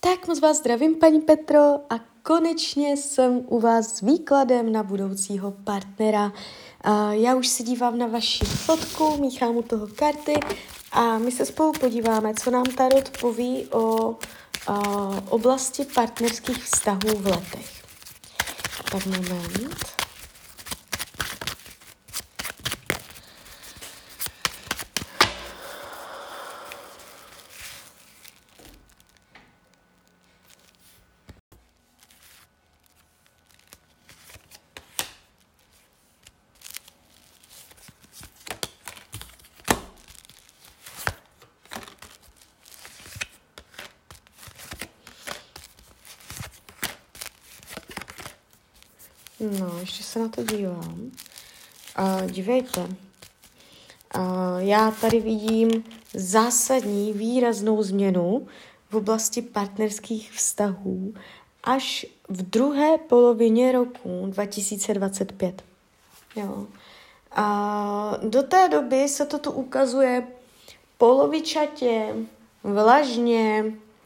Tak moc vás zdravím, paní Petro, a konečně jsem u vás s výkladem na budoucího partnera. Já už se dívám na vaši fotku, míchám u toho karty a my se spolu podíváme, co nám tarot poví o oblasti partnerských vztahů v letech. Tak moment. No, ještě se na to dívám. Dívejte. Já tady vidím zásadní, výraznou změnu v oblasti partnerských vztahů až v druhé polovině roku 2025. Jo. Do té doby se to tu ukazuje polovičatě, vlažně,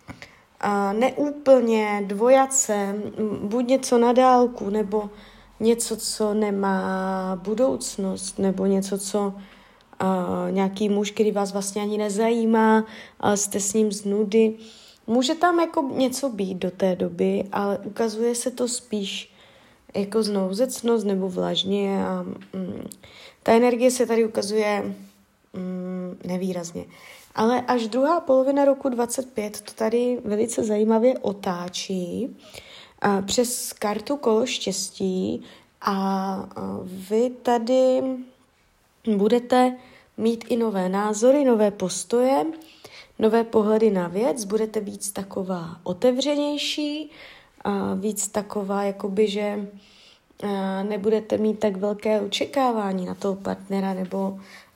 neúplně, dvojace, buď něco na dálku, nebo něco, co nemá budoucnost, nebo něco, co nějaký muž, který vás vlastně ani nezajímá, ale jste s ním z nudy. Může tam jako něco být do té doby, ale ukazuje se to spíš jako znouzecnost nebo vlažně a ta energie se tady ukazuje nevýrazně. Ale až druhá polovina roku 25 to tady velice zajímavě otáčí přes kartu kolo štěstí a vy tady budete mít i nové názory, nové postoje, nové pohledy na věc, budete víc taková otevřenější, víc taková, jakoby, že nebudete mít tak velké očekávání na toho partnera, nebo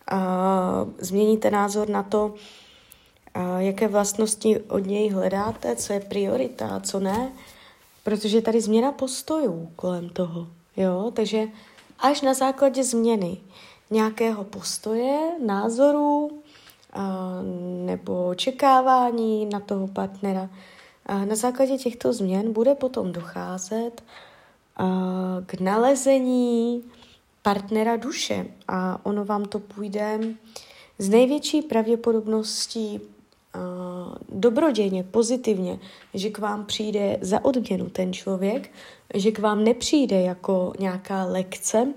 změníte názor na to, jaké vlastnosti od něj hledáte, co je priorita a co ne, protože je tady změna postojů kolem toho. Jo? Takže až na základě změny nějakého postoje, názoru nebo očekávání na toho partnera, na základě těchto změn bude potom docházet k nalezení partnera duše a ono vám to půjde s největší pravděpodobností dobrodějně, pozitivně, že k vám přijde za odměnu ten člověk, že k vám nepřijde jako nějaká lekce,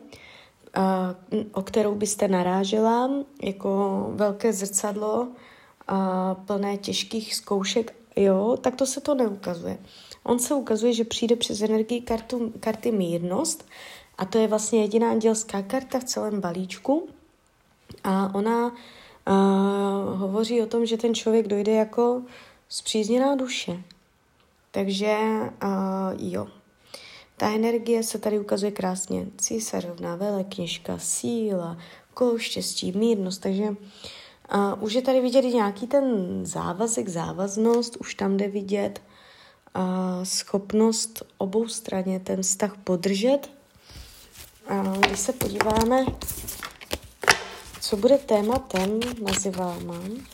o kterou byste narážela, jako velké zrcadlo plné těžkých zkoušek, jo, tak to se to neukazuje. On se ukazuje, že přijde přes energii karty mírnost a to je vlastně jediná andělská karta v celém balíčku a ona hovoří o tom, že ten člověk dojde jako spřízněná duše. Takže jo. Ta energie se tady ukazuje krásně. Císařovna, velekněžka, síla, kolo štěstí, mírnost. Takže už je tady vidět i nějaký ten závazek, závaznost. Už tam jde vidět schopnost obou straně ten vztah podržet. Když se podíváme, co bude tématem mezi váma.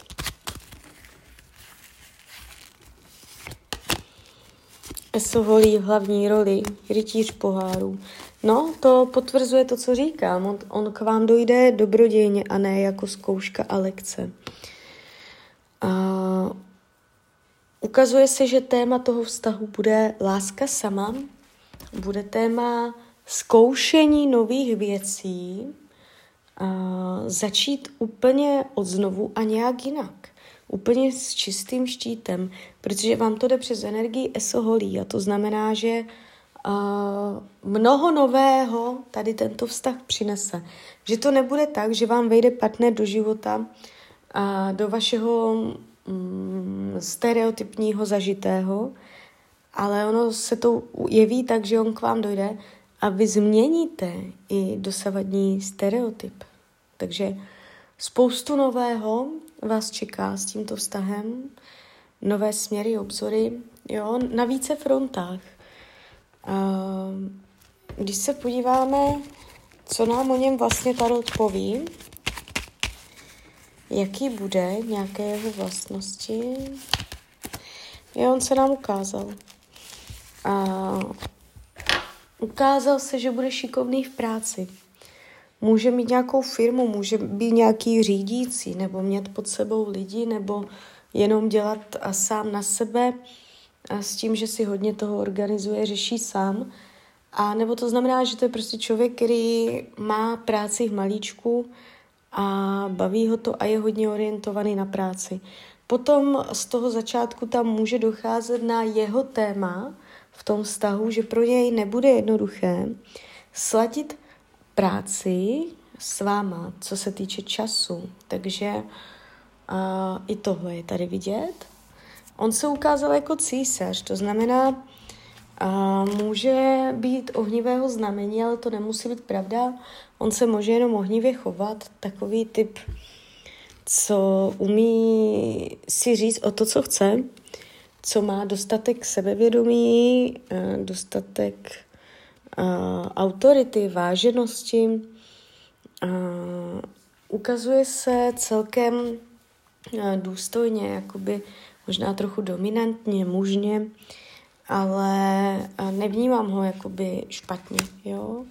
Esoholí v hlavní roli, rytíř pohárů. No, to potvrzuje to, co říkám. On k vám dojde dobrodějně a ne jako zkouška a lekce. Ukazuje se, že téma toho vztahu bude láska sama, bude téma zkoušení nových věcí, začít úplně od znovu a nějak jinak. Úplně s čistým štítem, protože vám to jde přes energii esoholí a to znamená, že mnoho nového tady tento vztah přinese. Že to nebude tak, že vám vejde partner do života do vašeho stereotypního zažitého, ale ono se to jeví tak, že on k vám dojde a vy změníte i dosavadní stereotyp. Takže spoustu nového vás čeká s tímto vztahem, nové směry, obzory, jo, na více frontách. Když se podíváme, co nám o něm vlastně tarot poví, jaký bude nějaké jeho vlastnosti, On se nám ukázal. A ukázal se, že bude šikovný v práci. Může mít nějakou firmu, může být nějaký řídící, nebo mít pod sebou lidi, nebo jenom dělat sám na sebe a s tím, že si hodně toho organizuje, řeší sám. A nebo to znamená, že to je prostě člověk, který má práci v malíčku a baví ho to a je hodně orientovaný na práci. Potom z toho začátku tam může docházet na jeho téma v tom vztahu, že pro něj nebude jednoduché sladit práci s váma, co se týče času. Takže i tohle je tady vidět. On se ukázal jako císař, to znamená, může být ohnivého znamení, ale to nemusí být pravda. On se může jenom ohnivě chovat, takový typ, co umí si říct o to, co chce, co má dostatek sebevědomí, dostatek autority, váženosti. Ukazuje se celkem důstojně, jakoby možná trochu dominantně, mužně, ale nevnímám ho jakoby špatně, jo.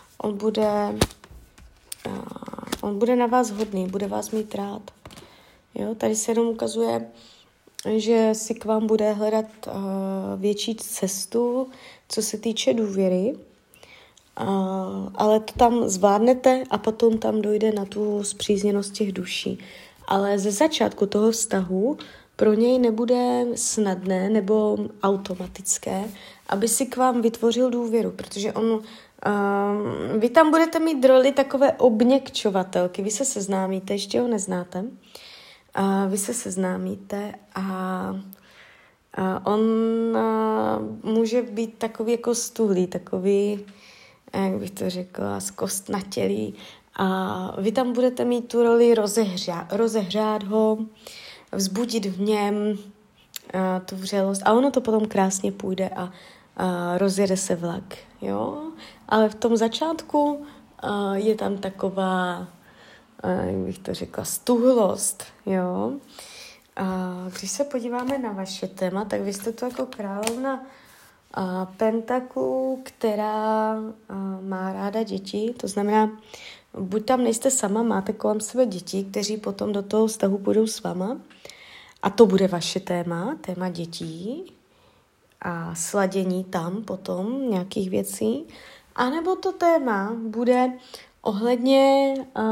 On bude na vás hodný, bude vás mít rád. Jo? Tady se jenom ukazuje, že si k vám bude hledat větší cestu, co se týče důvěry, ale to tam zvládnete a potom tam dojde na tu spřízněnost těch duší. Ale ze začátku toho vztahu pro něj nebude snadné nebo automatické, aby si k vám vytvořil důvěru, protože vy tam budete mít roli takové obměkčovatelky. Vy se seznámíte, ještě ho neznáte. Vy se seznámíte a on může být takový jako stuhlý, takový, jak bych to řekla, zkostnatělý. A vy tam budete mít tu roli rozehřát ho, vzbudit v něm tu vřelost a ono to potom krásně půjde a rozjede se vlak, jo. Ale v tom začátku je tam taková, jak bych to řekla, stuhlost, jo. Když se podíváme na vaše téma, tak vy jste to jako královna pentaklů, která má ráda děti, to znamená, buď tam nejste sama, máte kolem sebe děti, kteří potom do toho vztahu půjdou s váma a to bude vaše téma dětí a sladění tam potom nějakých věcí, anebo to téma bude ohledně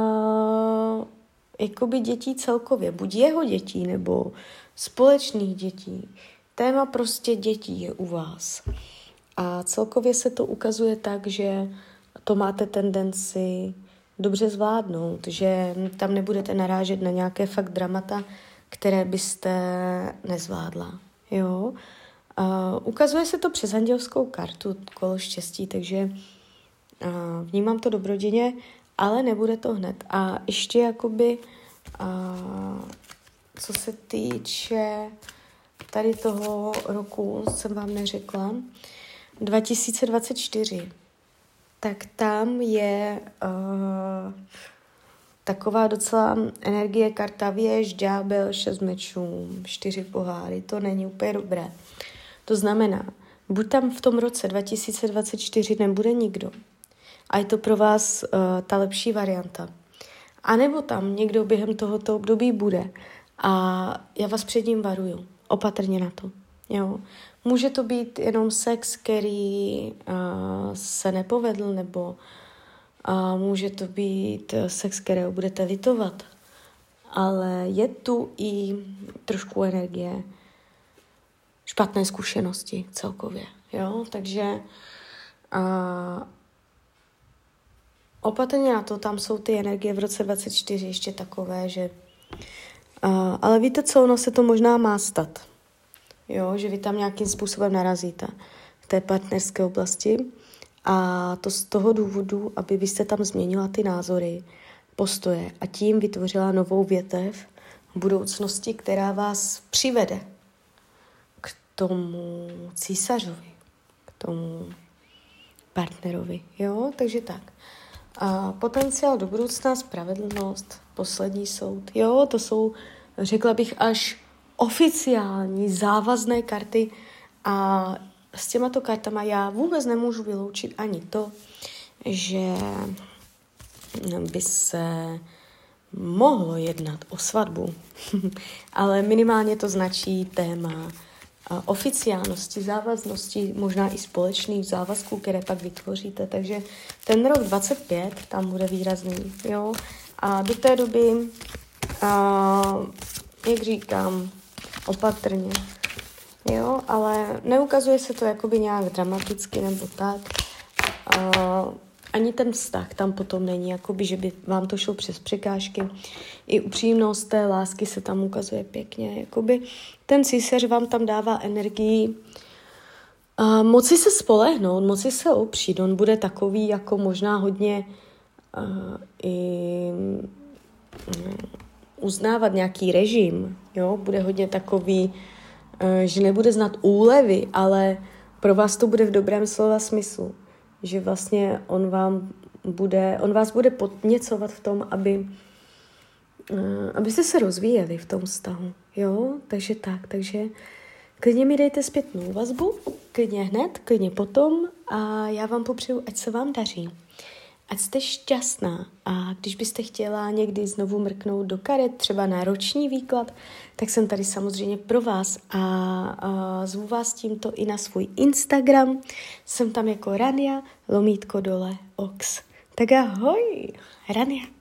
jakoby dětí celkově, buď jeho dětí nebo společných dětí. Téma prostě dětí je u vás. A celkově se to ukazuje tak, že to máte tendenci dobře zvládnout, že tam nebudete narážet na nějaké fakt dramata, které byste nezvládla. Jo? Ukazuje se to přes andělskou kartu, kolo štěstí, takže vnímám to dobrodějně, ale nebude to hned. A ještě jakoby, co se týče tady toho roku, jsem vám neřekla, 2024, tak tam je taková docela energie karta věž, ďábel, 6 mečů, 4 poháry, to není úplně dobré. To znamená, buď tam v tom roce 2024 nebude nikdo a je to pro vás ta lepší varianta. A nebo tam někdo během tohoto období bude a já vás před ním varuju. Opatrně na to. Jo. Může to být jenom sex, který se nepovedl, nebo může to být sex, kterého budete litovat. Ale je tu i trošku energie špatné zkušenosti celkově. Jo. Takže opatrně na to, tam jsou ty energie v roce 2024 ještě takové, že ale víte co, ono se to možná má stát. Jo, že vy tam nějakým způsobem narazíte v té partnerské oblasti a to z toho důvodu, aby vy jste tam změnila ty názory, postoje a tím vytvořila novou větev v budoucnosti, která vás přivede k tomu císařovi, k tomu partnerovi. Jo, takže tak. A potenciál do budoucna, spravedlnost, poslední soud. Jo, to jsou, řekla bych, až oficiální, závazné karty a s těmato kartama já vůbec nemůžu vyloučit ani to, že by se mohlo jednat o svatbu, ale minimálně to značí téma oficiálnosti, závaznosti, možná i společných závazků, které pak vytvoříte. Takže ten rok 25 tam bude výrazný. Jo? A do té doby, jak říkám, opatrně. Jo? Ale neukazuje se to jakoby nějak dramaticky nebo tak. Ani ten vztah tam potom není, jakoby, že by vám to šlo přes překážky. I upřímnost té lásky se tam ukazuje pěkně. Jakoby ten císař vám tam dává energii moci se spolehnout, moci se opřít. On bude takový jako možná hodně uznávat nějaký režim. Jo? Bude hodně takový, že nebude znát úlevy, ale pro vás to bude v dobrém slova smyslu. Že vlastně on vás bude podněcovat v tom, abyste se rozvíjeli v tom vztahu. Jo? Takže klidně mi dejte zpětnou vazbu, klidně hned, klidně potom a já vám popřeju, ať se vám daří. Ať jste šťastná a když byste chtěla někdy znovu mrknout do karet, třeba na roční výklad, tak jsem tady samozřejmě pro vás a zvu vás tímto i na svůj Instagram. Jsem tam jako Rania, _Ox. Tak ahoj, Rania.